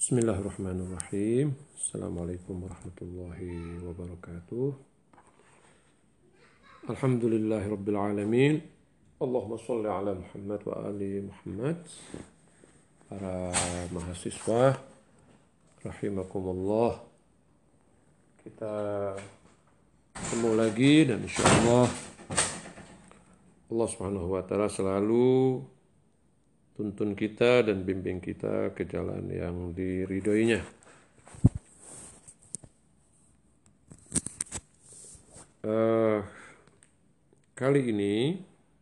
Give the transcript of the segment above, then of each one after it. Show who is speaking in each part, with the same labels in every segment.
Speaker 1: Bismillahirrahmanirrahim. Assalamualaikum warahmatullahi wabarakatuh. Alhamdulillahirabbil alamin. Allahumma shalli ala Muhammad wa ali Muhammad. Para mahasiswa rahimakumullah. Kita ketemu lagi dan insyaallah Allah Subhanahu wa taala selalu tuntun kita dan bimbing kita ke jalan yang diridhoinya. Kali ini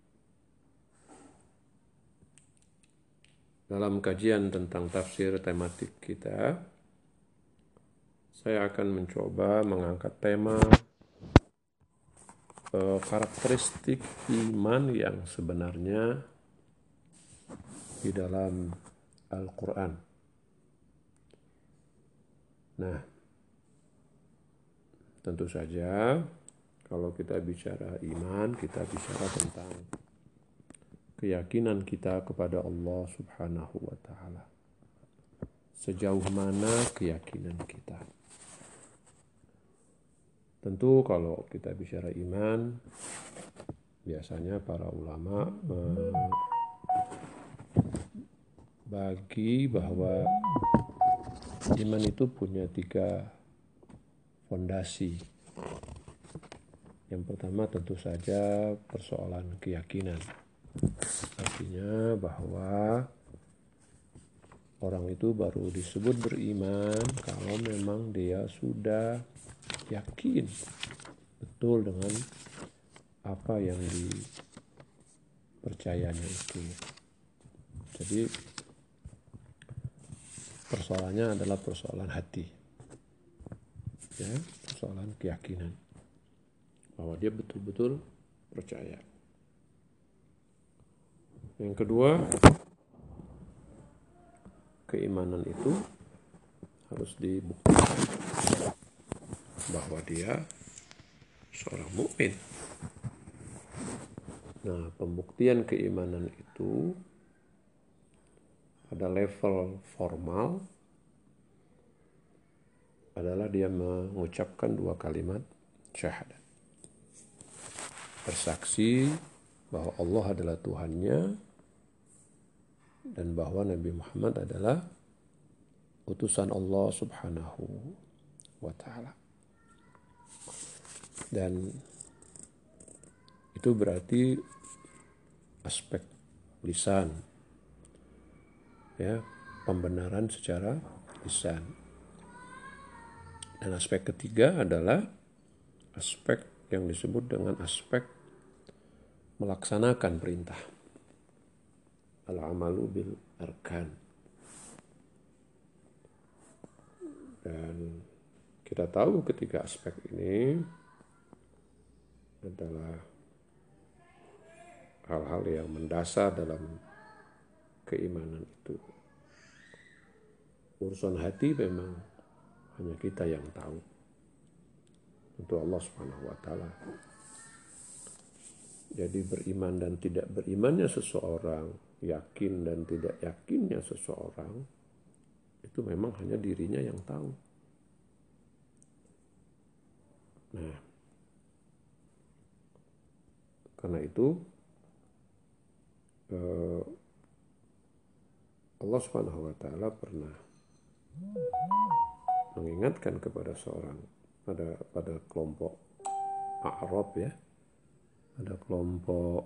Speaker 1: dalam kajian tentang tafsir tematik kita, saya akan mencoba mengangkat tema karakteristik iman yang sebenarnya di dalam Al-Quran. Nah, tentu saja kalau kita bicara iman, kita bicara tentang keyakinan kita kepada Allah Subhanahu wa Ta'ala. Sejauh mana keyakinan kita? Tentu kalau kita bicara iman, biasanya para ulama bagi bahwa iman itu punya 3 fondasi. Yang pertama tentu saja persoalan keyakinan. Artinya bahwa orang itu baru disebut beriman kalau memang dia sudah yakin betul dengan apa yang dipercayanya itu. Jadi persoalannya adalah persoalan hati, ya, persoalan keyakinan bahwa dia betul-betul percaya. Yang kedua, keimanan itu harus dibuktikan bahwa dia seorang mukmin. Nah, pembuktian keimanan itu pada level formal adalah dia mengucapkan 2 kalimat syahadat. Bersaksi bahwa Allah adalah Tuhannya dan bahwa Nabi Muhammad adalah utusan Allah Subhanahu wa Ta'ala. Dan itu berarti aspek lisan, ya, pembenaran secara lisan. Dan aspek ketiga adalah aspek yang disebut dengan aspek melaksanakan perintah. Al-amalu bil arkan. Dan kita tahu ketiga aspek ini adalah hal-hal yang mendasar dalam keimanan itu. Urusan hati memang hanya kita yang tahu. Untuk Allah Subhanahu wa Ta'ala. Jadi beriman dan tidak berimannya seseorang, yakin dan tidak yakinnya seseorang, itu memang hanya dirinya yang tahu. Nah, karena itu Allah Subhanahu wa Ta'ala pernah mengingatkan kepada seorang pada kelompok A'rab, ya, ada kelompok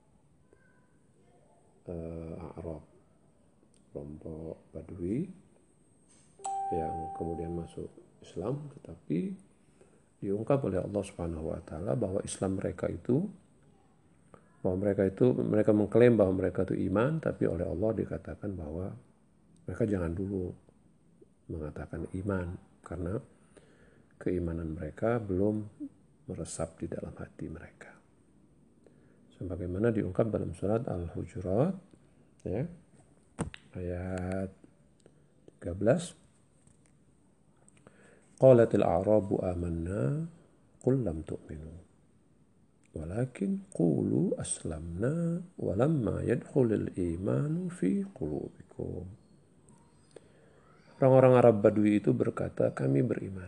Speaker 1: A'rab, kelompok Badui yang kemudian masuk Islam, tetapi diungkap oleh Allah Subhanahu wa Ta'ala bahwa Islam mereka mengklaim bahwa mereka itu iman, tapi oleh Allah dikatakan bahwa mereka jangan dulu mengatakan iman karena keimanan mereka belum meresap di dalam hati mereka. Sebagaimana diungkap dalam surat Al-Hujurat, ya, ayat 13. Qalatil a'rabu amanna qul lam tu'minu walakin qulu aslamna walamma yadkhulul imanu fi qulubikum. Orang-orang Arab Badui itu berkata, kami beriman.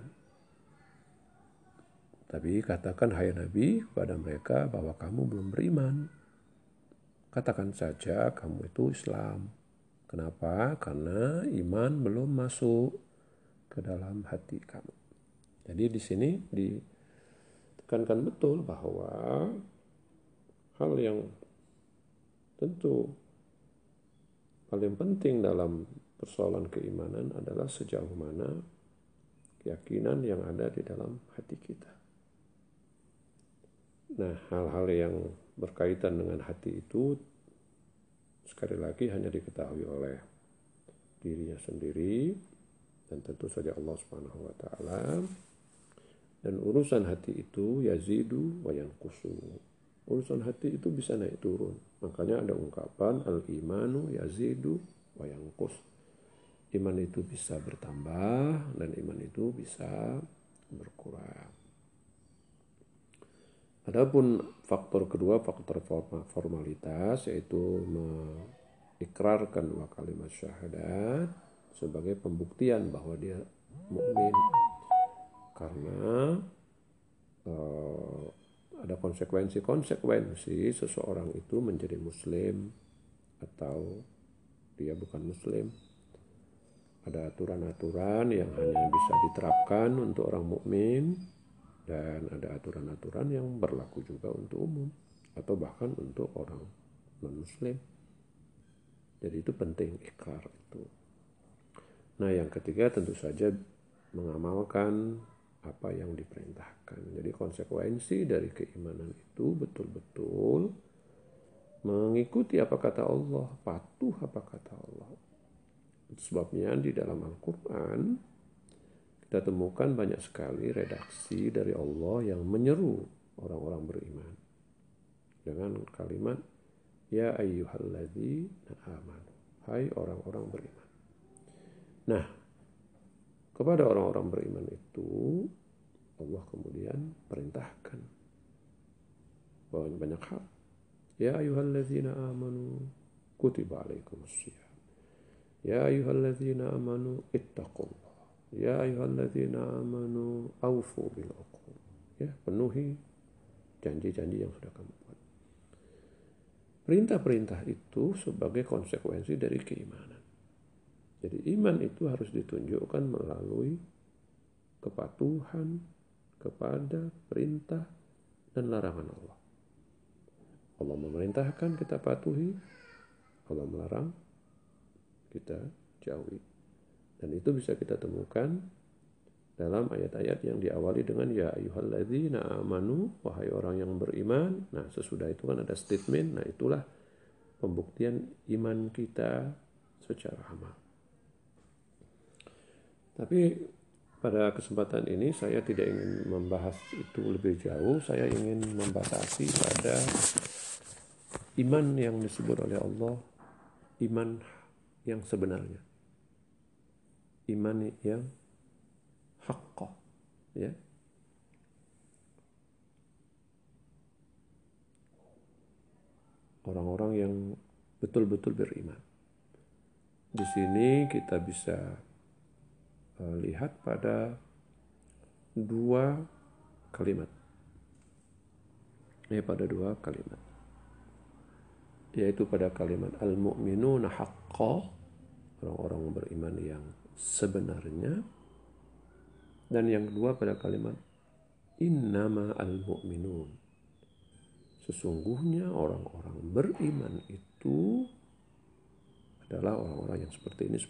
Speaker 1: Tapi katakan hai Nabi kepada mereka bahwa kamu belum beriman. Katakan saja kamu itu Islam. Kenapa? Karena iman belum masuk ke dalam hati kamu. Jadi di sini ditekankan betul bahwa hal yang tentu paling penting dalam persoalan keimanan adalah sejauh mana keyakinan yang ada di dalam hati kita. Nah, hal-hal yang berkaitan dengan hati itu sekali lagi hanya diketahui oleh dirinya sendiri dan tentu saja Allah Subhanahu wa taala. Dan urusan hati itu yazidu wa yanqusu. Urusan hati itu bisa naik turun. Makanya ada ungkapan al-imanu yazidu wa yanqus. Iman itu bisa bertambah dan iman itu bisa berkurang. Adapun faktor kedua, faktor formalitas, yaitu mengikrarkan dua kalimat syahadat sebagai pembuktian bahwa dia mukmin. Karena ada konsekuensi seseorang itu menjadi muslim atau dia bukan muslim. Ada aturan-aturan yang hanya bisa diterapkan untuk orang mukmin. Dan ada aturan-aturan yang berlaku juga untuk umum atau bahkan untuk orang non-muslim. Jadi itu penting ikrar itu. Nah yang ketiga tentu saja mengamalkan apa yang diperintahkan. Jadi konsekuensi dari keimanan itu betul-betul mengikuti apa kata Allah, patuh apa kata Allah. Sebabnya di dalam Al-Quran kita temukan banyak sekali redaksi dari Allah yang menyeru orang-orang beriman dengan kalimat ya ayyuhalladzina amanu, hai orang-orang beriman. Nah, kepada orang-orang beriman itu Allah kemudian perintahkan banyak hal. Ya ayyuhalladzina amanu kutiba alaikumussyiyam. Ya ayyuhalladzina amanu ittaqullah. Ya ayyuhalladzina amanu aufu bil uqud. Ya, penuhi janji-janji yang sudah kamu buat. Perintah-perintah itu sebagai konsekuensi dari keimanan. Jadi iman itu harus ditunjukkan melalui kepatuhan kepada perintah dan larangan Allah. Allah memerintahkan kita patuhi, Allah melarang kita jauhi. Dan itu bisa kita temukan dalam ayat-ayat yang diawali dengan ya ayyuhalladzina amanu, wahai orang yang beriman. Nah, sesudah itu kan ada statement. Nah, itulah pembuktian iman kita secara amal. Tapi pada kesempatan ini saya tidak ingin membahas itu lebih jauh. Saya ingin membatasi pada iman yang disebut oleh Allah iman yang sebenarnya. Iman yang haqqah, ya. Orang-orang yang betul-betul beriman. Di sini kita bisa lihat pada dua kalimat. Pada dua kalimat. Yaitu pada kalimat al-mu'minuna haqqah, orang-orang beriman yang sebenarnya, dan yang kedua pada kalimat innama al-mu'minun, sesungguhnya orang-orang beriman itu adalah orang-orang yang seperti ini.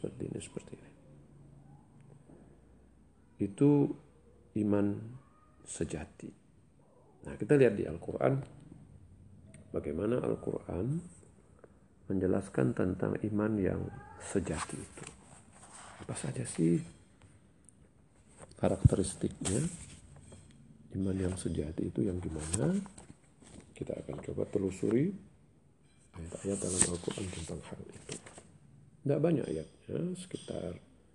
Speaker 1: Itu iman sejati. Nah, kita lihat di Al-Quran bagaimana Al-Quran menjelaskan tentang iman yang sejati itu. Apa saja sih karakteristiknya iman yang sejati itu, yang gimana? Kita akan coba telusuri ayat-ayat dalam Al-Quran tentang hal itu. Tidak banyak ayatnya, sekitar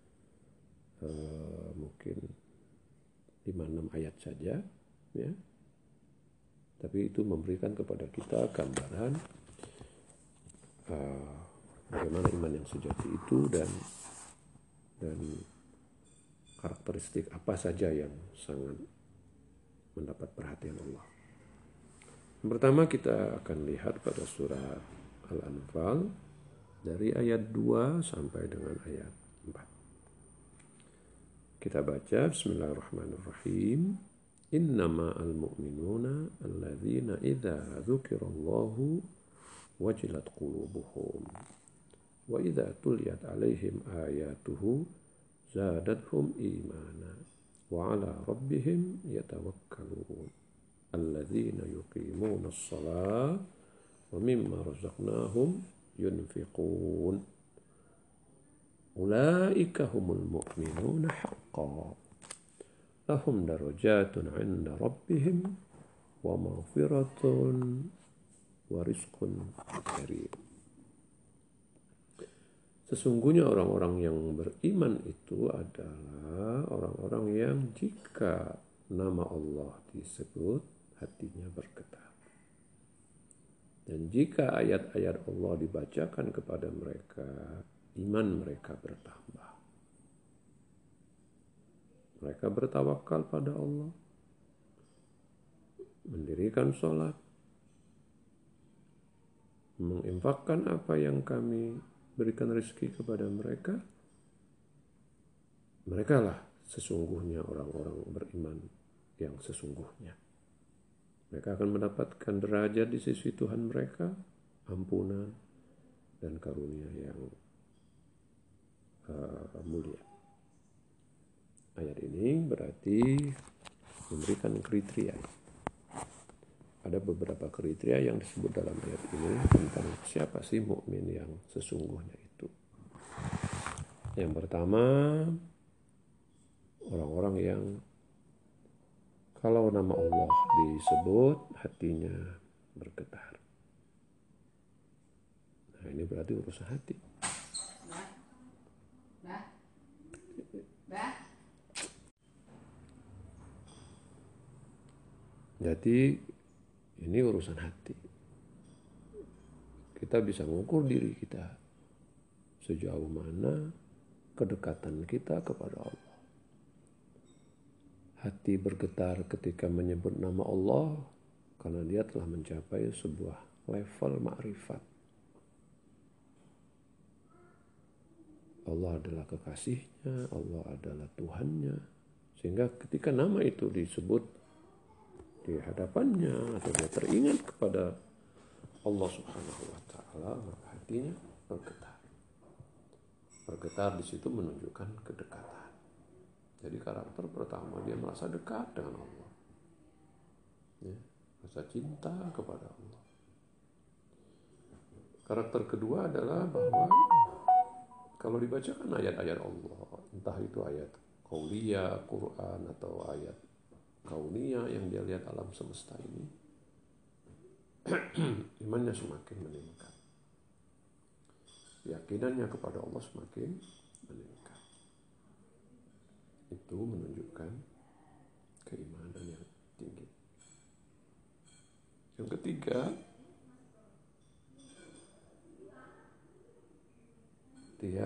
Speaker 1: mungkin 5-6 ayat saja, ya. Tapi itu memberikan kepada kita gambaran bagaimana iman yang sejati itu dan dan karakteristik apa saja yang sangat mendapat perhatian Allah. Yang pertama kita akan lihat pada surah Al-Anfal dari ayat 2 sampai dengan ayat 4. Kita baca Bismillahirrahmanirrahim. Innama al-mu'minuna alladzina idza dzukirallahu wajilat qulubuhum wa idza tuliyat alaihim ayatuhu zadathum imana wa ala rabbihim yatawakkalun alladzina yuqimuna as-salata wa mimma razaqnahum yunfiqun ulaika humul mu'minuna haqqan lahum darajatun 'inda rabbihim wa maghfiratun wa rizqun karim. Sesungguhnya orang-orang yang beriman itu adalah orang-orang yang jika nama Allah disebut hatinya bergetar. Dan jika ayat-ayat Allah dibacakan kepada mereka, iman mereka bertambah. Mereka bertawakal pada Allah, mendirikan sholat, menginfakkan apa yang kami berikan rezeki kepada mereka. Mereka lah sesungguhnya orang-orang beriman yang sesungguhnya. Mereka akan mendapatkan derajat di sisi Tuhan mereka, ampunan dan karunia yang mulia. Ayat ini berarti memberikan kriteria. Ada beberapa kriteria yang disebut dalam ayat ini tentang siapa sih mukmin yang sesungguhnya itu. Yang pertama, orang-orang yang kalau nama Allah disebut hatinya bergetar. Nah, ini berarti urusan hati. Jadi ini urusan hati. Kita bisa mengukur diri kita sejauh mana kedekatan kita kepada Allah. Hati bergetar ketika menyebut nama Allah karena dia telah mencapai sebuah level ma'rifat. Allah adalah kekasihnya, Allah adalah Tuhannya. Sehingga ketika nama itu disebut di hadapannya atau dia teringat kepada Allah Subhanahu wa taala, maka hatinya bergetar. Bergetar di situ menunjukkan kedekatan. Jadi karakter pertama dia merasa dekat dengan Allah. Ya, rasa cinta kepada Allah. Karakter kedua adalah bahwa kalau dibacakan ayat-ayat Allah, entah itu ayat qauliyah, Quran atau ayat kauniyah yang dia lihat alam semesta ini, imannya semakin meningkat, keyakinannya kepada Allah semakin meningkat. Itu menunjukkan keimanan yang tinggi. Yang ketiga, dia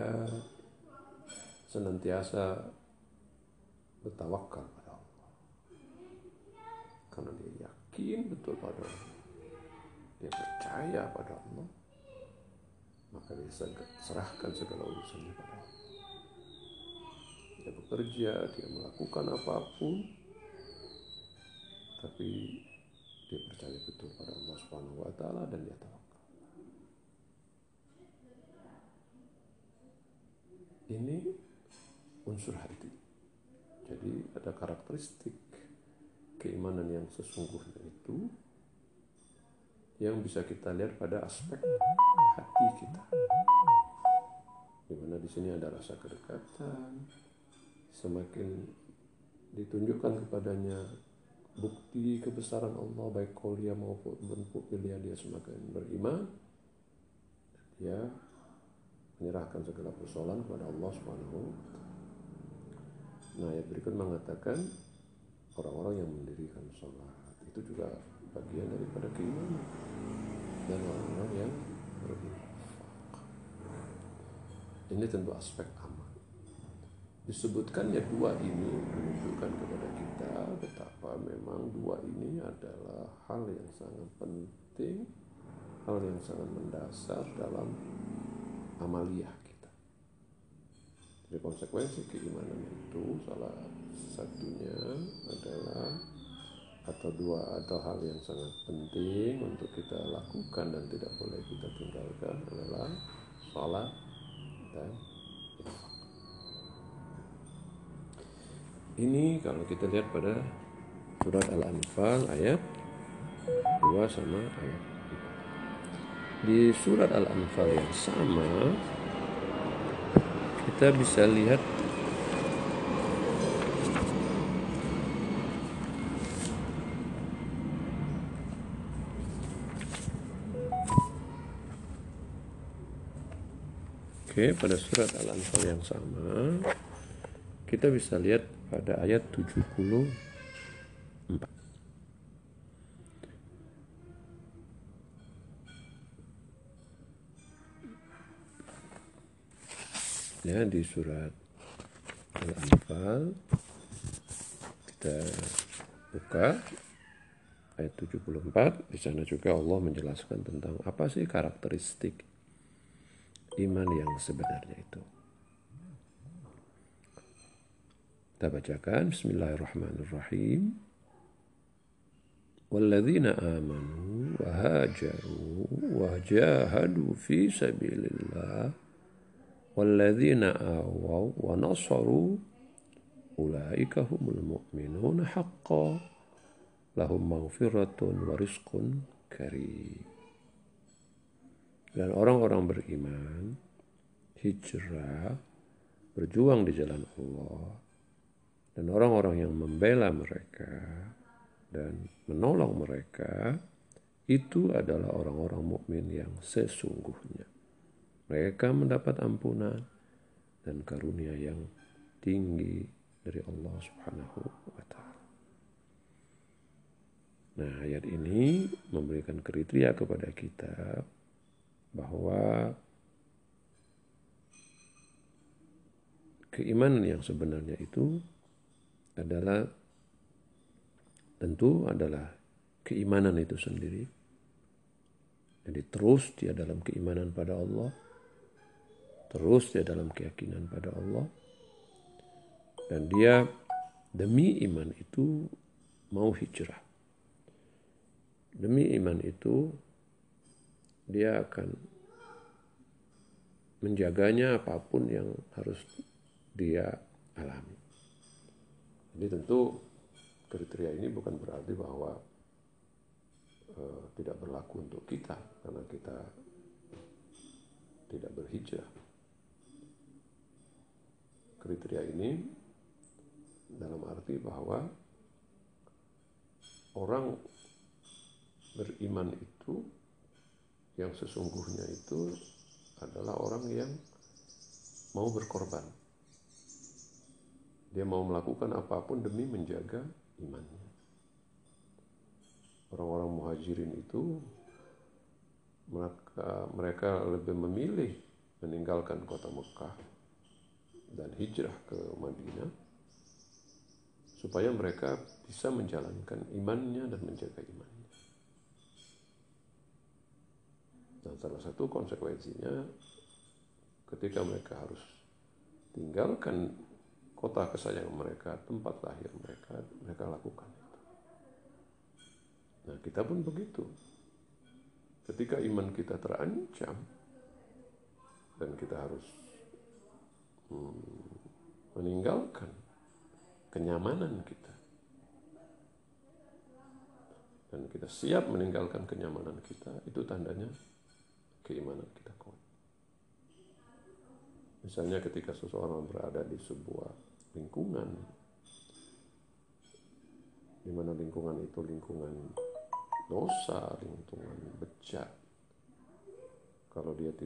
Speaker 1: senantiasa bertawakal pada Allah. Karena dia yakin betul pada Allah, dia percaya pada Allah, maka dia serahkan segala urusannya pada Allah. Dia bekerja, dia melakukan apapun, tapi dia percaya betul pada Allah Subhanahu wa taala dan dia tawakal. Ini unsur hati. Jadi ada karakteristik keimanan yang sesungguhnya itu yang bisa kita lihat pada aspek hati kita. Di mana di sini ada rasa kedekatan, semakin ditunjukkan kepadanya bukti kebesaran Allah baik qauliyah maupun fi'liyah, dia semakin beriman. Dia menyerahkan segala persoalan kepada Allah Subhanahu wa taala. Nah, ayat berikut mengatakan orang-orang yang mendirikan sholat itu juga bagian daripada keimanan, dan orang-orang yang berinfak. Ini tentu aspek amal. Disebutkannya dua ini menunjukkan kepada kita betapa memang dua ini adalah hal yang sangat penting, hal yang sangat mendasar dalam amaliyah kita. Jadi konsekuensi keimanan itu salah satunya adalah atau hal yang sangat penting untuk kita lakukan dan tidak boleh kita tinggalkan adalah sholat dan infak. Ini kalau kita lihat pada surat Al-Anfal ayat 2 sama ayat 4. Di surat Al-Anfal yang sama kita bisa lihat pada surat Al-Anfal yang sama kita bisa lihat pada ayat 74. Ya, di surat Al-Anfal kita buka ayat 74. Di sana juga Allah menjelaskan tentang apa sih karakteristik iman yang sebenarnya itu. Kita bacakan Bismillahirrahmanirrahim. Walladzina amanu wa hajaru wa jahadu fi sabilillah walladzina awaw wa nasaru ulaika humul mu'minuna haqqan lahum maghfiratun wa rizqun karim. Dan orang-orang beriman hijrah berjuang di jalan Allah, dan orang-orang yang membela mereka dan menolong mereka itu adalah orang-orang mukmin yang sesungguhnya. Mereka mendapat ampunan dan karunia yang tinggi dari Allah Subhanahu wa Ta'ala. Nah, ayat ini memberikan kriteria kepada kita bahwa keimanan yang sebenarnya itu adalah tentu adalah keimanan itu sendiri. Jadi terus dia dalam keimanan pada Allah, terus dia dalam keyakinan pada Allah, dan dia demi iman itu mau hijrah. Demi iman itu dia akan menjaganya apapun yang harus dia alami. Jadi tentu kriteria ini bukan berarti bahwa tidak berlaku untuk kita karena kita tidak berhijrah. Kriteria ini dalam arti bahwa orang beriman itu yang sesungguhnya itu adalah orang yang mau berkorban. Dia mau melakukan apapun demi menjaga imannya. Orang-orang muhajirin itu mereka lebih memilih meninggalkan kota Mekah dan hijrah ke Madinah supaya mereka bisa menjalankan imannya dan menjaga imannya. Dan salah satu konsekuensinya ketika mereka harus tinggalkan kota kesayangan mereka, tempat lahir mereka, mereka lakukan itu. Nah, kita pun begitu. Ketika iman kita terancam dan kita harus meninggalkan kenyamanan kita, dan kita siap meninggalkan kenyamanan kita, itu tandanya keimanan kita kuat. Misalnya ketika seseorang berada di sebuah lingkungan, di mana lingkungan itu lingkungan dosa, lingkungan bejat. Kalau dia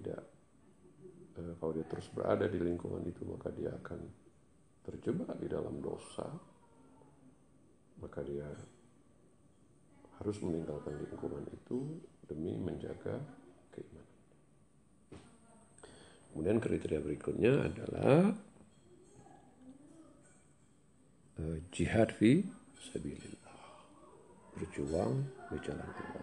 Speaker 1: terus berada di lingkungan itu, maka dia akan terjebak di dalam dosa. Maka dia harus meninggalkan lingkungan itu demi menjaga keimanan. Kemudian kriteria berikutnya adalah jihad fi sabilillah, berjuang di jalan Allah.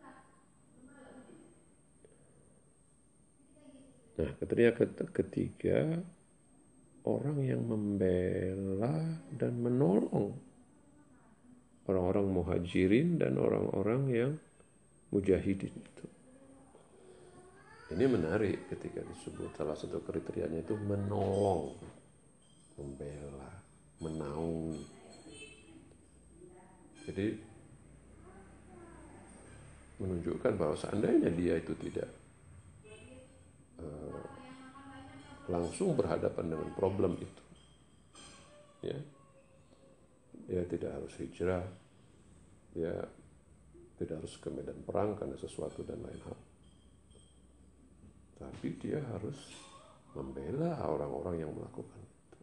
Speaker 1: Nah, kriteria ketiga, orang yang membela dan menolong orang-orang muhajirin dan orang-orang yang mujahidin itu. Ini menarik ketika disebut salah satu kriterianya itu menolong, membela, menaungi. Jadi menunjukkan bahwa seandainya dia itu tidak langsung berhadapan dengan problem itu, ya, dia tidak harus hijrah, dia tidak harus ke medan perang karena sesuatu dan lain hal, tapi dia harus membela orang-orang yang melakukan itu.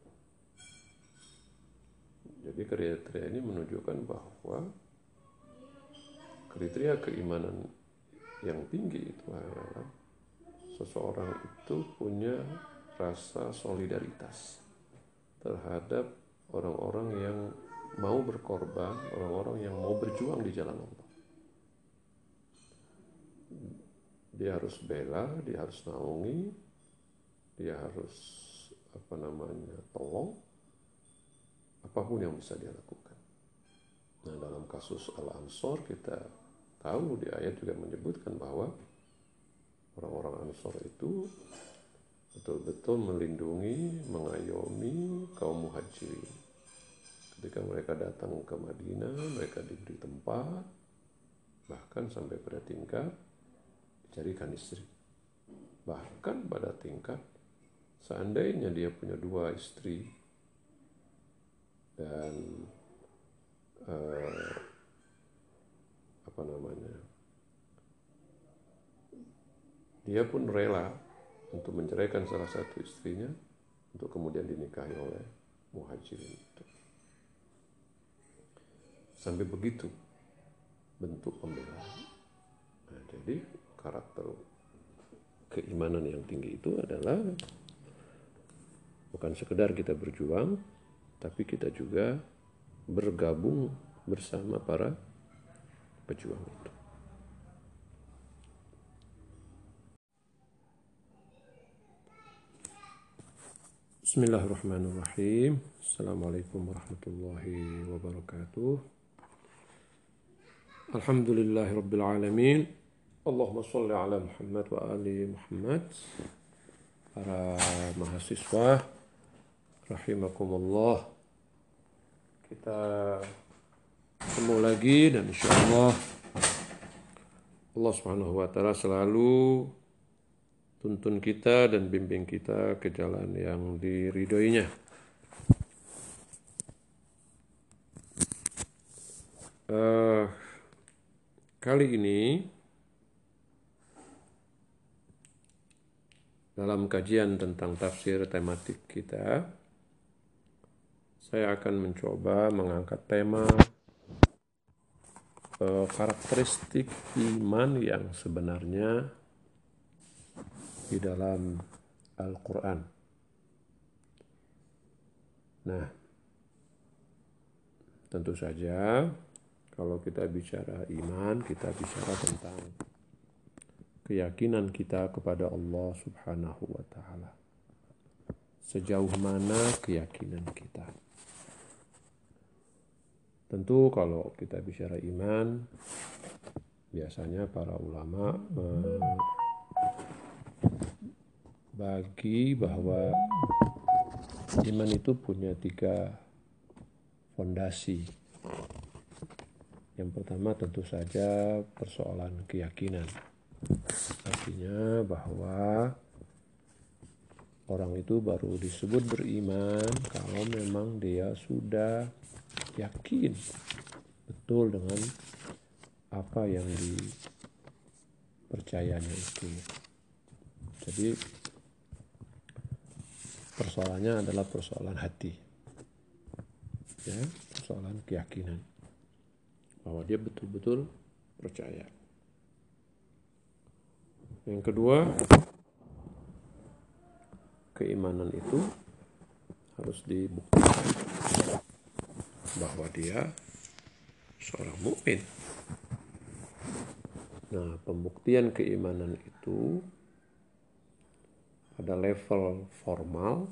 Speaker 1: Jadi kriteria ini menunjukkan bahwa kriteria keimanan yang tinggi itu adalah seseorang itu punya rasa solidaritas terhadap orang-orang yang mau berkorban, orang-orang yang mau berjuang di jalan Allah. Dia harus bela, dia harus naungi, dia harus tolong, apapun yang bisa dia lakukan. Nah, dalam kasus Al-Ansor kita tahu di ayat juga menyebutkan bahwa orang-orang Ansor itu betul-betul melindungi, mengayomi kaum muhajirin. Ketika mereka datang ke Madinah, mereka diberi tempat, bahkan sampai pada tingkat dicarikan istri. Bahkan pada tingkat seandainya dia punya 2 istri dan dia pun rela untuk menceraikan salah satu istrinya untuk kemudian dinikahi oleh muhajirin itu. Sampai begitu bentuk pembelaan. Nah, jadi karakter keimanan yang tinggi itu adalah bukan sekedar kita berjuang, tapi kita juga bergabung bersama para pejuang itu. Bismillahirrahmanirrahim. Assalamualaikum warahmatullahi wabarakatuh. Alhamdulillahirabbil alamin. Allahumma shalli ala Muhammad wa ali Muhammad. Para mahasiswa rahimakumullah, kita ketemu lagi dan insyaallah Allah Subhanahu wa taala selalu tuntun kita dan bimbing kita ke jalan yang diridhoinya. Kali ini dalam kajian tentang tafsir tematik kita, saya akan mencoba mengangkat tema karakteristik iman yang sebenarnya di dalam Al-Quran. Nah, tentu saja kalau kita bicara iman, kita bicara tentang keyakinan kita kepada Allah Subhanahu wa taala. Sejauh mana keyakinan kita? Tentu kalau kita bicara iman, biasanya para ulama bagi bahwa iman itu punya 3 fondasi. Yang pertama tentu saja persoalan keyakinan. Artinya bahwa orang itu baru disebut beriman kalau memang dia sudah yakin betul dengan apa yang dipercayanya itu. Jadi persoalannya adalah persoalan hati, ya, persoalan keyakinan bahwa dia betul-betul percaya. Yang kedua, keimanan itu harus dibuktikan. bahwa dia seorang mukmin. Nah, pembuktian keimanan itu pada level formal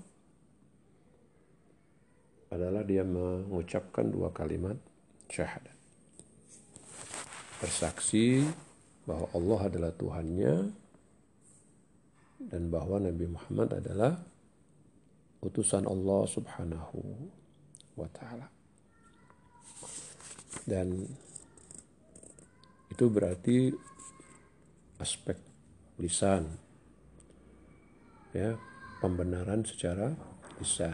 Speaker 1: adalah dia mengucapkan 2 kalimat syahadat. Bersaksi bahwa Allah adalah Tuhannya dan bahwa Nabi Muhammad adalah utusan Allah Subhanahu wa ta'ala. Dan itu berarti aspek lisan, ya, pembenaran secara lisan.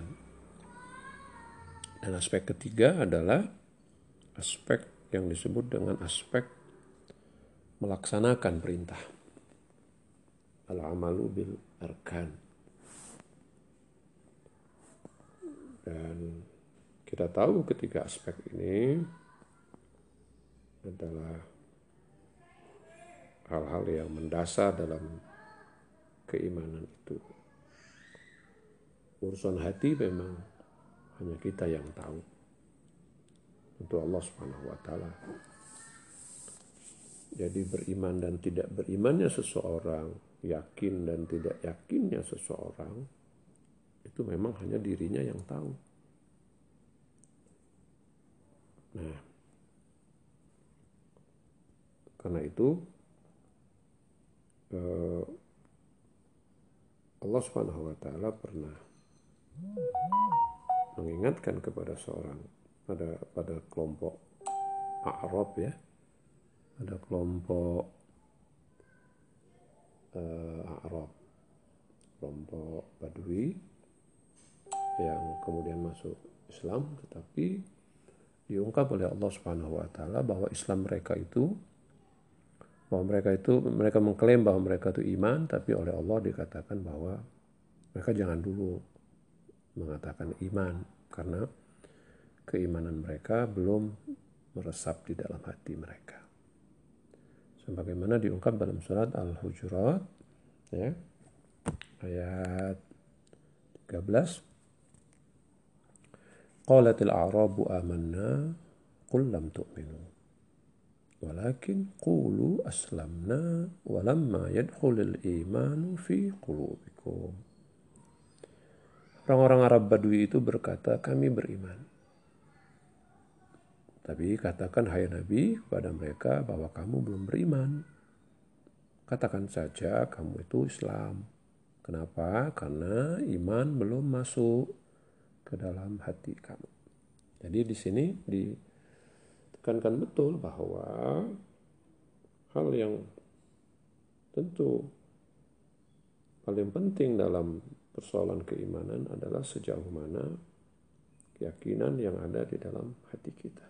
Speaker 1: Dan aspek ketiga adalah aspek yang disebut dengan aspek melaksanakan perintah. Al-amalu bil arkan. Dan kita tahu ketiga aspek ini adalah hal-hal yang mendasar dalam keimanan itu. Urusan hati memang hanya kita yang tahu. Untuk Allah Subhanahu wa ta'ala. Jadi beriman dan tidak berimannya seseorang, yakin dan tidak yakinnya seseorang, itu memang hanya dirinya yang tahu. Nah, karena itu Allah Subhanahu wa ta'ala pernah mengingatkan kepada seorang pada kelompok A'rab, ya, ada kelompok A'rab, kelompok Badui yang kemudian masuk Islam, tetapi diungkap oleh Allah Subhanahu wa ta'ala bahwa Islam mereka itu mereka mengklaim bahwa mereka itu iman, tapi oleh Allah dikatakan bahwa mereka jangan dulu mengatakan iman karena keimanan mereka belum meresap di dalam hati mereka. Sebagaimana diungkap dalam surat Al-Hujurat, ya, ayat 13. Qalatil a'rabu amanna qul lam tu'minu walakin qulu aslamna walamma yadkhulul imanu fi qulubikum. Orang-orang Arab Badui itu berkata, kami beriman. Tapi katakan, hai Nabi, kepada mereka bahwa kamu belum beriman. Katakan saja kamu itu Islam. Kenapa? Karena iman belum masuk ke dalam hati kamu. Jadi di sini ditekankan betul bahwa hal yang tentu paling penting dalam persoalan keimanan adalah sejauh mana keyakinan yang ada di dalam hati kita.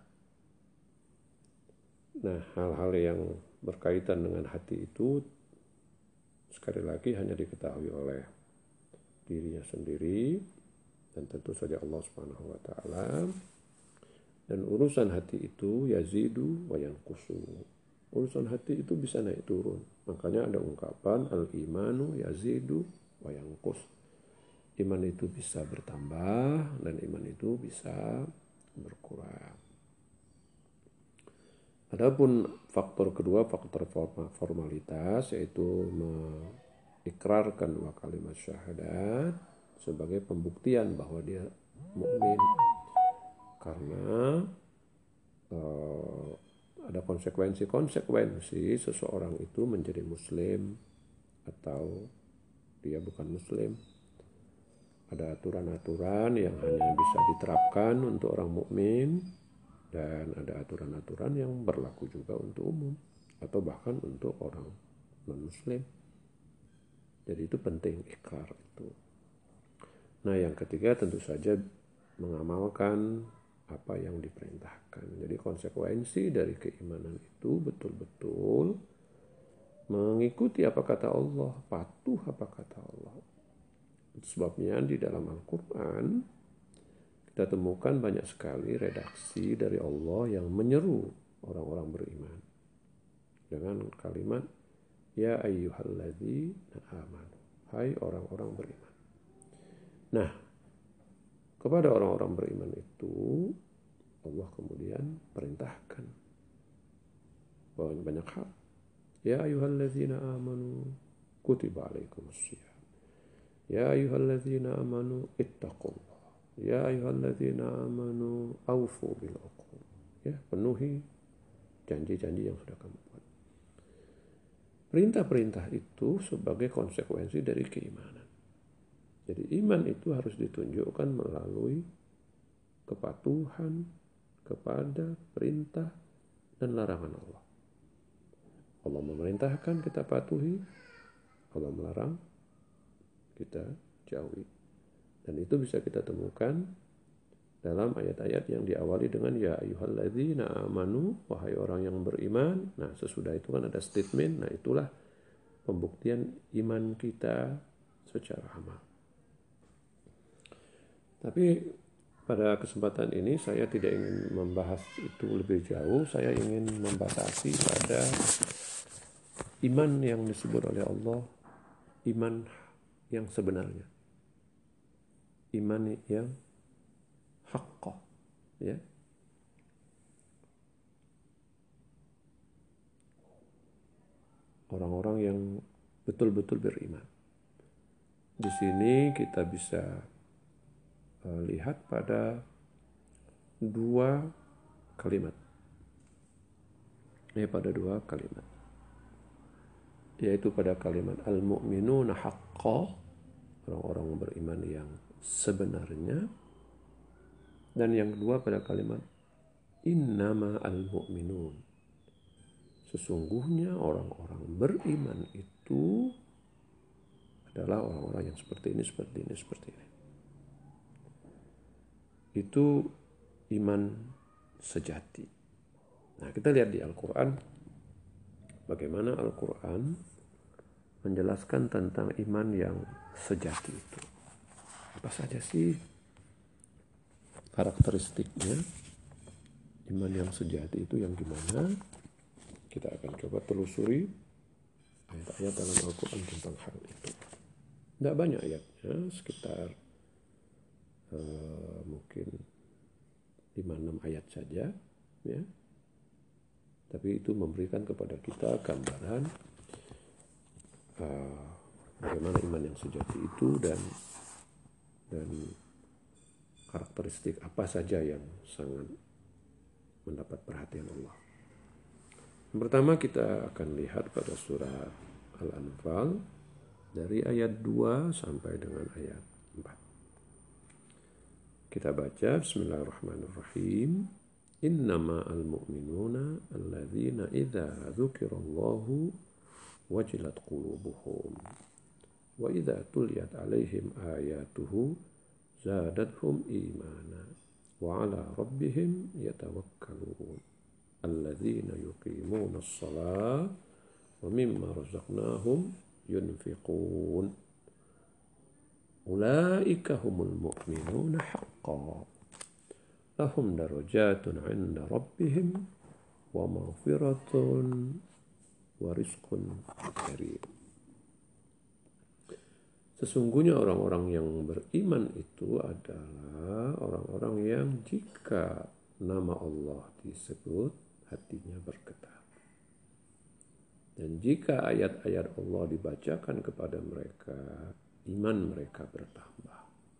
Speaker 1: Nah, hal-hal yang berkaitan dengan hati itu sekali lagi hanya diketahui oleh dirinya sendiri dan tentu saja Allah Subhanahu wa ta'ala. Dan urusan hati itu yazidu wa yanqusu. Urusan hati itu bisa naik turun. Makanya ada ungkapan al-imanu yazidu wa yanqus. Iman itu bisa bertambah dan iman itu bisa berkurang. Adapun faktor kedua, faktor formalitas, yaitu mengikrarkan 2 kalimat syahadat sebagai pembuktian bahwa dia mukmin. Karena ada konsekuensi seseorang itu menjadi muslim atau dia bukan muslim. Ada aturan-aturan yang hanya bisa diterapkan untuk orang mukmin dan ada aturan-aturan yang berlaku juga untuk umum atau bahkan untuk orang non-muslim. Jadi itu penting ikrar itu. Nah, yang ketiga tentu saja mengamalkan apa yang diperintahkan. Jadi konsekuensi dari keimanan itu betul-betul mengikuti apa kata Allah, patuh apa kata Allah. Sebabnya di dalam Al-Quran kita temukan banyak sekali redaksi dari Allah yang menyeru orang-orang beriman dengan kalimat ya ayyuhalladzina amanu, hai orang-orang beriman. Nah, kepada orang-orang beriman itu Allah kemudian perintahkan banyak hal. Ya ayyuhalladzina amanu kutiba alaikumussyiyam. Ya ayyuhalladzina amanu ittaqullah. Ya ayyuhalladzina amanu aufu bil uqud. Ya, penuhi janji-janji yang sudah kamu buat. Perintah-perintah itu sebagai konsekuensi dari keimanan. Jadi iman itu harus ditunjukkan melalui kepatuhan kepada perintah dan larangan Allah. Allah memerintahkan kita patuhi, Allah melarang kita jauhi. Dan itu bisa kita temukan dalam ayat-ayat yang diawali dengan ya ayyuhalladzina amanu, wahai orang yang beriman. Nah, sesudah itu kan ada statement. Nah, itulah pembuktian iman kita secara amal. Tapi pada kesempatan ini saya tidak ingin membahas itu lebih jauh. Saya ingin membatasi pada iman yang disebut oleh Allah, iman yang sebenarnya. Iman yang haqqah, ya. Orang-orang yang betul-betul beriman. Di sini kita bisa lihat pada dua kalimat. Pada dua kalimat. Yaitu pada kalimat al-mu'minuna haqqah, orang-orang beriman yang sebenarnya. Dan yang kedua pada kalimat innama al-mu'minun, sesungguhnya orang-orang beriman itu adalah orang-orang yang seperti ini, seperti ini, seperti ini. Itu iman sejati. Nah, kita lihat di Al-Quran bagaimana Al-Quran menjelaskan tentang iman yang sejati itu. Apa saja sih karakteristiknya iman yang sejati itu, yang gimana? Kita akan coba telusuri ayat-ayat dalam Al-Quran tentang hal itu. Tidak banyak ayatnya, sekitar mungkin 5-6 ayat saja, ya. Tapi itu memberikan kepada kita gambaran bagaimana iman yang sejati itu dan karakteristik apa saja yang sangat mendapat perhatian Allah. Yang pertama kita akan lihat pada surah Al-Anfal dari ayat 2 sampai dengan ayat 4. Kita baca bismillahirrahmanirrahim. Innama al-mu'minuna alladzina idza dzukirallahu wajilat qulubuhum wa idza tuliyat alaihim ayatuhu zadatuhum imana wa ala rabbihim yatawakkalun alladzina yuqimuna as-salata wa mimma razaqnahum yunfiqun ulaika humul mu'minuna haqqan lahum darajatun 'inda rabbihim wa maghfiratun wa rizqun karim. Sesungguhnya orang-orang yang beriman itu adalah orang-orang yang jika nama Allah disebut hatinya bergetar. Dan jika ayat-ayat Allah dibacakan kepada mereka, iman mereka bertambah.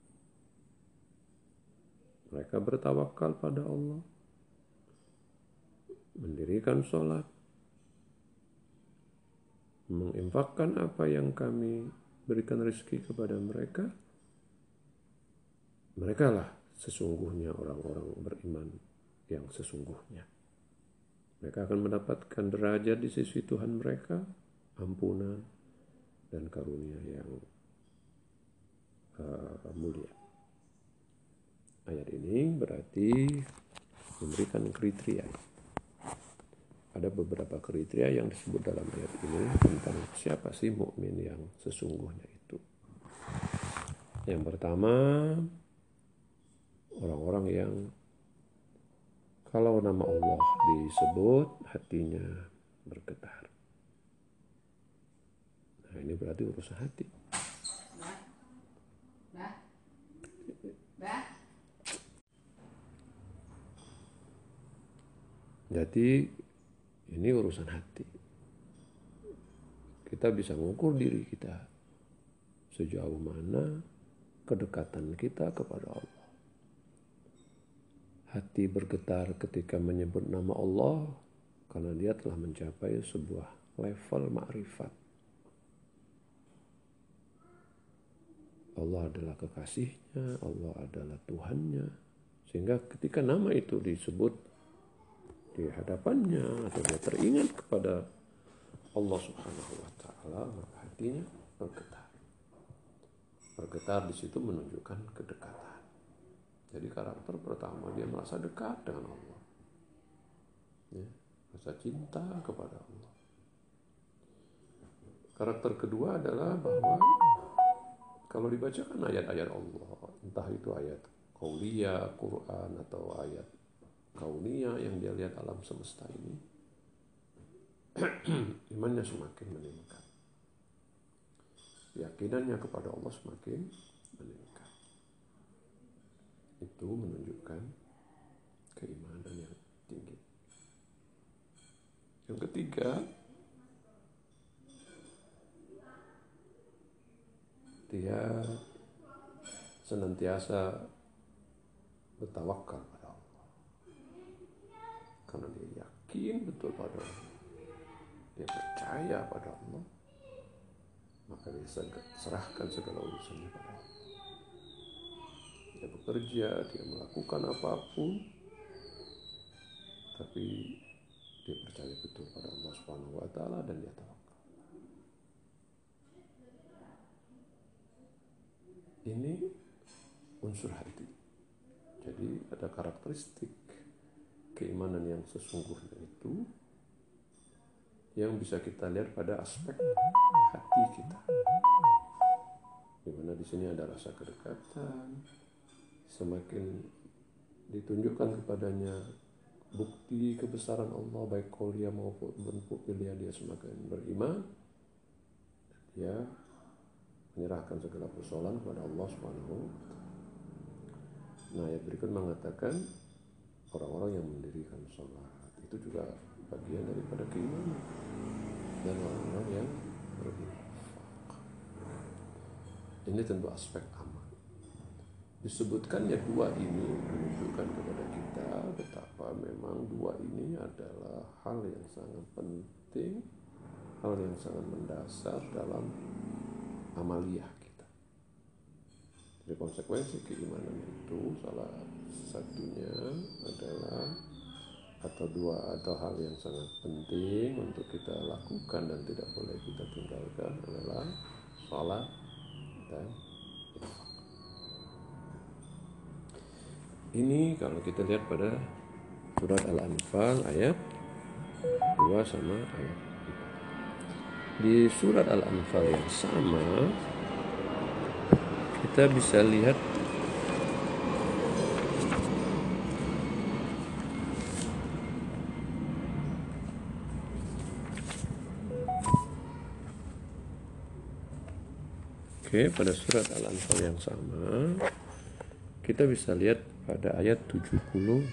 Speaker 1: Mereka bertawakal pada Allah, mendirikan sholat, menginfakkan apa yang kami berikan rezeki kepada mereka. Mereka lah sesungguhnya orang-orang beriman yang sesungguhnya. Mereka akan mendapatkan derajat di sisi Tuhan mereka, ampunan dan karunia yang mulia. Ayat ini berarti memberikan kriteria. Ada beberapa kriteria yang disebut dalam ayat ini tentang siapa sih mukmin yang sesungguhnya itu. Yang pertama, orang-orang yang kalau nama Allah disebut hatinya bergetar. Nah, ini berarti urusan hati. Jadi ini urusan hati. Kita bisa mengukur diri kita sejauh mana kedekatan kita kepada Allah. Hati bergetar ketika menyebut nama Allah karena dia telah mencapai sebuah level ma'rifat. Allah adalah kekasihnya, Allah adalah Tuhannya. Sehingga ketika nama itu disebut di hadapannya atau dia teringat kepada Allah Subhanahu wa taala, maka hatinya bergetar. Bergetar di situ menunjukkan kedekatan. Jadi karakter pertama dia merasa dekat dengan Allah. Ya, rasa cinta kepada Allah. Karakter kedua adalah bahwa kalau dibacakan ayat-ayat Allah, entah itu ayat qauliyah, Quran atau ayat kauniyah yang dia lihat alam semesta ini, imannya semakin meningkat. Keyakinannya kepada Allah semakin meningkat. Itu menunjukkan keimanan yang tinggi. Yang ketiga, dia senantiasa bertawakal pada Allah. Karena dia yakin betul pada Allah. Dia percaya pada Allah. Maka dia serahkan segala urusannya pada Allah. Dia bekerja, dia melakukan apapun. Tapi dia percaya betul pada Allah Subhanahu wa taala dan dia tawakal. Ini unsur hati. Jadi ada karakteristik keimanan yang sesungguhnya itu yang bisa kita lihat pada aspek hati kita. Di mana di sini ada rasa kedekatan, semakin ditunjukkan kepadanya bukti kebesaran Allah baik qauliyah maupun fi'liyah, dia semakin beriman. Dia menyerahkan segala persoalan kepada Allah Subhanahu wa taala. Nah, ayat berikut mengatakan orang-orang yang mendirikan sholat itu juga bagian daripada keimanan, dan orang-orang yang berinfak. Ini tentu aspek amal. Disebutkannya dua ini menunjukkan kepada kita betapa memang dua ini adalah hal yang sangat penting, hal yang sangat mendasar dalam amaliyah kita. Jadi konsekuensi keimanan itu salah satunya adalah atau hal yang sangat penting untuk kita lakukan dan tidak boleh kita tinggalkan adalah salat dan infak. Ini kalau kita lihat pada surat Al-Anfal ayat 2 sama ayat 4. Di surat Al-Anfal yang sama kita bisa lihat pada surat Al-Anfal yang sama kita bisa lihat pada ayat 74.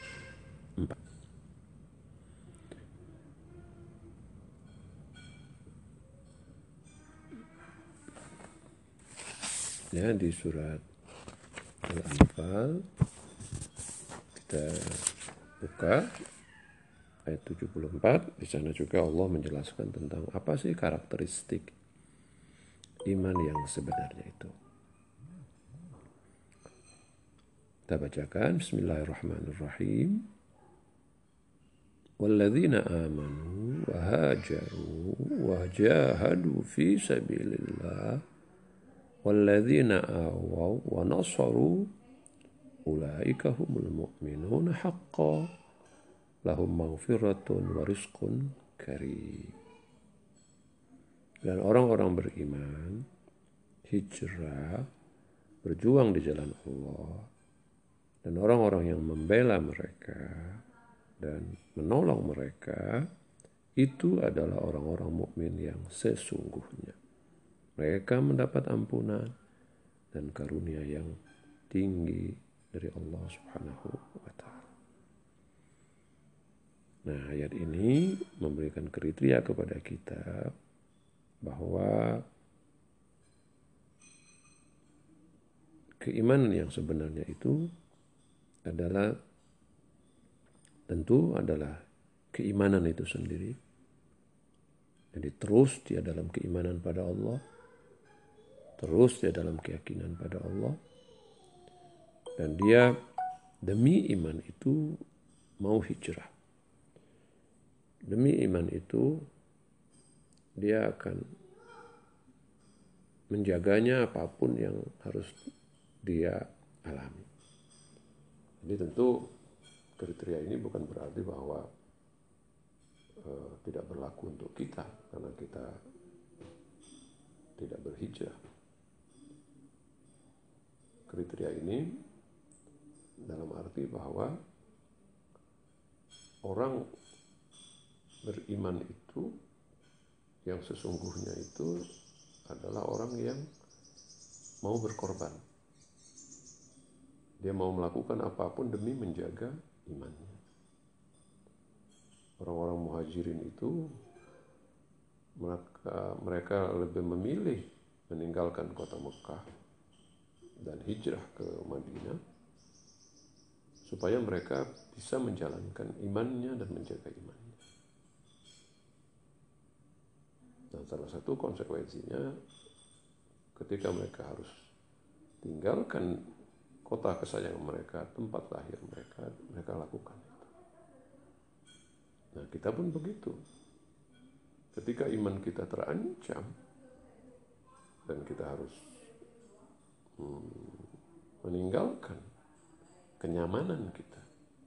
Speaker 1: Ya, di surat Al-Anfal kita buka ayat 74. Di sana juga Allah menjelaskan tentang apa sih karakteristik iman yang sebenarnya itu. Kita bacakan Bismillahirrahmanirrahim. Walladzina amanu wa hajaru wa jahadu fi sabilillah walladzina awaw wa nasaru ulaika humul mu'minuna haqqan lahum maghfiratun wa rizqun karim. Dan orang-orang beriman hijrah berjuang di jalan Allah, dan orang-orang yang membela mereka dan menolong mereka itu adalah orang-orang mukmin yang sesungguhnya. Mereka mendapat ampunan dan karunia yang tinggi dari Allah Subhanahu wa taala. Nah, ayat ini memberikan kriteria kepada kita bahwa keimanan yang sebenarnya itu adalah tentu adalah keimanan itu sendiri. Jadi terus dia dalam keimanan pada Allah, terus dia dalam keyakinan pada Allah, dan dia demi iman itu mau hijrah. Demi iman itu dia akan menjaganya apapun yang harus dia alami. Jadi tentu kriteria ini bukan berarti bahwa tidak berlaku untuk kita karena kita tidak berhijrah. Kriteria ini dalam arti bahwa orang beriman itu yang sesungguhnya itu adalah orang yang mau berkorban. Dia mau melakukan apapun demi menjaga imannya. Orang-orang muhajirin itu mereka lebih memilih meninggalkan kota Mekah dan hijrah ke Madinah supaya mereka bisa menjalankan imannya dan menjaga imannya. Dan salah satu konsekuensinya ketika mereka harus tinggalkan kota kesayangan mereka, tempat lahir mereka, mereka lakukan itu. Nah, kita pun begitu. Ketika iman kita terancam dan kita harus meninggalkan kenyamanan kita,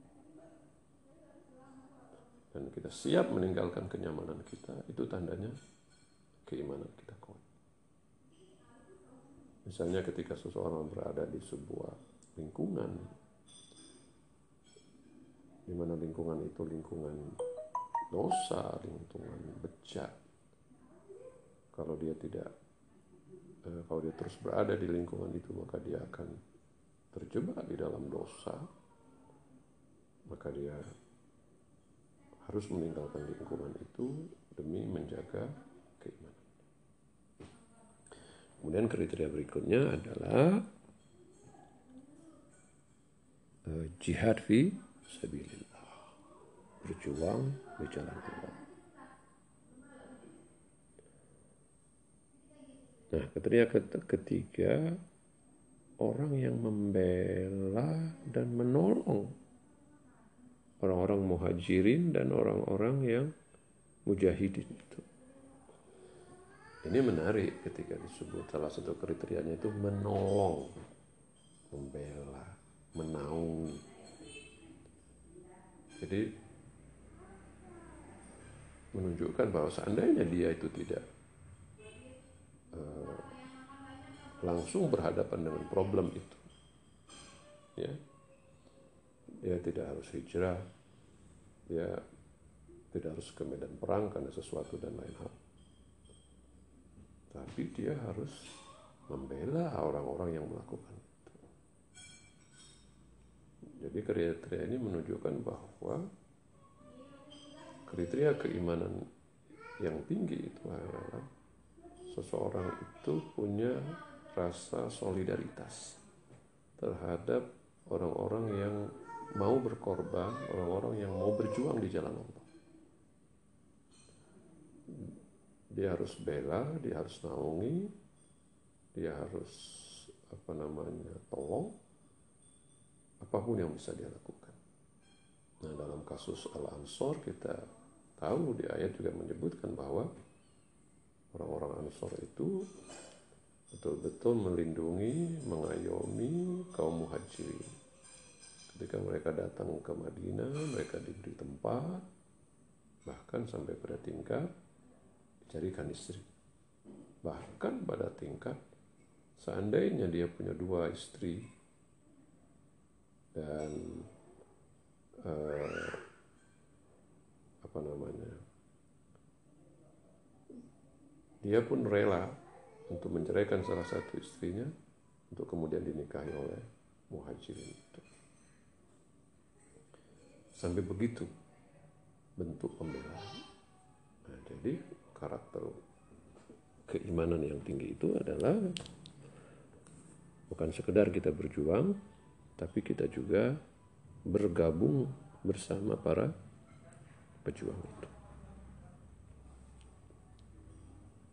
Speaker 1: dan kita siap meninggalkan kenyamanan kita, itu tandanya keimanan kita kuat. Misalnya ketika seseorang berada di sebuah lingkungan, di mana lingkungan itu lingkungan dosa, lingkungan bejat, kalau dia terus berada di lingkungan itu, maka dia akan terjebak di dalam dosa, maka dia harus meninggalkan lingkungan itu demi menjaga keimanan. Kemudian kriteria berikutnya adalah jihad fi sabilillah, berjuang di jalan Allah. Nah, kriteria ketiga, orang yang membela dan menolong orang-orang muhajirin dan orang-orang yang mujahidin itu. Ini menarik ketika disebut salah satu kriterianya itu menolong, membela, menaungi. Jadi menunjukkan bahwa seandainya dia itu tidak langsung berhadapan dengan problem itu, ya, dia tidak harus hijrah, dia tidak harus ke medan perang karena sesuatu dan lain hal. Tapi dia harus membela orang-orang yang melakukan itu. Jadi kriteria ini menunjukkan bahwa kriteria keimanan yang tinggi itu adalah seseorang itu punya rasa solidaritas terhadap orang-orang yang mau berkorban, orang-orang yang mau berjuang di jalan Allah. Dia harus bela, dia harus naungi, dia harus tolong apapun yang bisa dia lakukan. Nah, dalam kasus Al-Ansor kita tahu di ayat juga menyebutkan bahwa orang-orang Ansor itu betul-betul melindungi, mengayomi kaum muhajirin. Ketika mereka datang ke Madinah, mereka diberi tempat, bahkan sampai pada tingkat carikan istri. Bahkan pada tingkat seandainya dia punya 2 istri dan dia pun rela untuk menceraikan salah satu istrinya untuk kemudian dinikahi oleh muhajirin itu. Sampai begitu bentuk pembelaan. Nah, jadi karakter keimanan yang tinggi itu adalah bukan sekedar kita berjuang, tapi kita juga bergabung bersama para pejuang itu.